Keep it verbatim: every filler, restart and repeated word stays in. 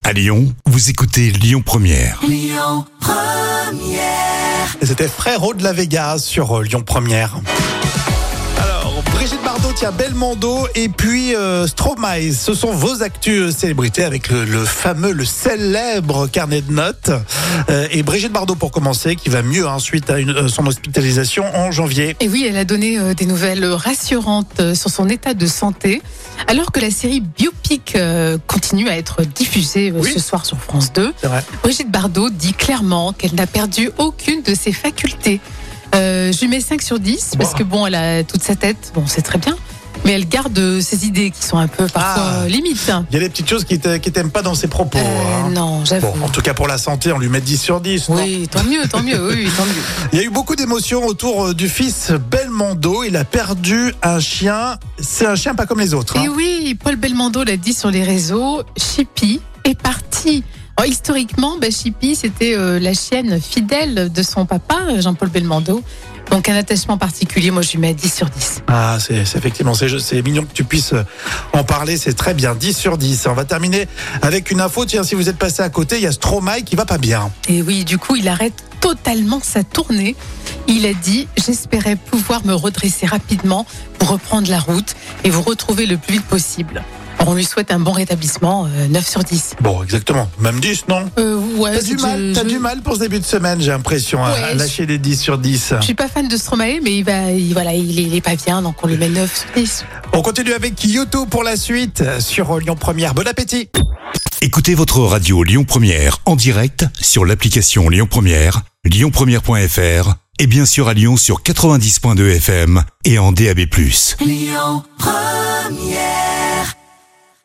À Lyon, vous écoutez Lyon Première. Lyon Première. Et c'était Frérot de la Vega sur euh, Lyon Première. Alors, Brigitte Bardot, tiens, Belmondo et puis euh, Stromae, ce sont vos actus célébrités avec le, le fameux, le célèbre carnet de notes. Euh, et Brigitte Bardot pour commencer, qui va mieux hein, suite à une, euh, son hospitalisation en janvier. Et oui, elle a donné euh, des nouvelles rassurantes euh, sur son état de santé, alors que la série Biopic euh, continue à être diffusée euh, Oui. ce soir sur France deux. C'est vrai. Brigitte Bardot dit clairement qu'elle n'a perdu aucune de ses facultés. Euh, je lui mets cinq sur dix, parce Wow. que bon, elle a toute sa tête, bon, c'est très bien, mais elle garde ses idées qui sont un peu parfois Ah. euh, limites. Il y a des petites choses qui ne t'aiment pas dans ses propos. Euh, hein. non, j'avoue. Bon, en tout cas pour la santé, on lui met dix sur dix. non Oui, tant mieux, tant mieux, oui, oui, tant mieux. Il y a eu beaucoup d'émotions autour euh, du fils Belmondo. Il a perdu un chien. C'est un chien pas comme les autres. hein. Et oui, Paul Belmondo l'a dit sur les réseaux, Chippy est parti. Alors, historiquement, bah, Chippy, c'était euh, la chienne fidèle de son papa, Jean-Paul Belmondo. Donc un attachement particulier, moi je lui mets dix sur dix. Ah, c'est c'est effectivement, c'est c'est mignon que tu puisses en parler, c'est très bien, dix sur dix. On va terminer avec une info, tiens, si vous êtes passé à côté, il y a Stromae qui va pas bien. Et oui, du coup, il arrête totalement sa tournée. Il a dit « J'espérais pouvoir me redresser rapidement pour reprendre la route et vous retrouver le plus vite possible. » Alors on lui souhaite un bon rétablissement, euh, neuf sur dix. Bon, exactement, même dix, non Euh, ouais, T'as du je- mal, t'as je- du mal pour ce début de semaine, j'ai l'impression, à- Ouais, à lâcher les dix sur dix. Je suis pas fan de Stromae, mais il va, il, voilà, il est, il est pas bien, donc on lui met neuf sur dix. On continue avec Kyoto pour la suite sur Lyon Première. Bon appétit. Écoutez votre radio Lyon Première en direct sur l'application Lyon Première, lyon première point f r et bien sûr à Lyon sur quatre-vingt-dix point deux F M et en D A B plus. Lyon Première.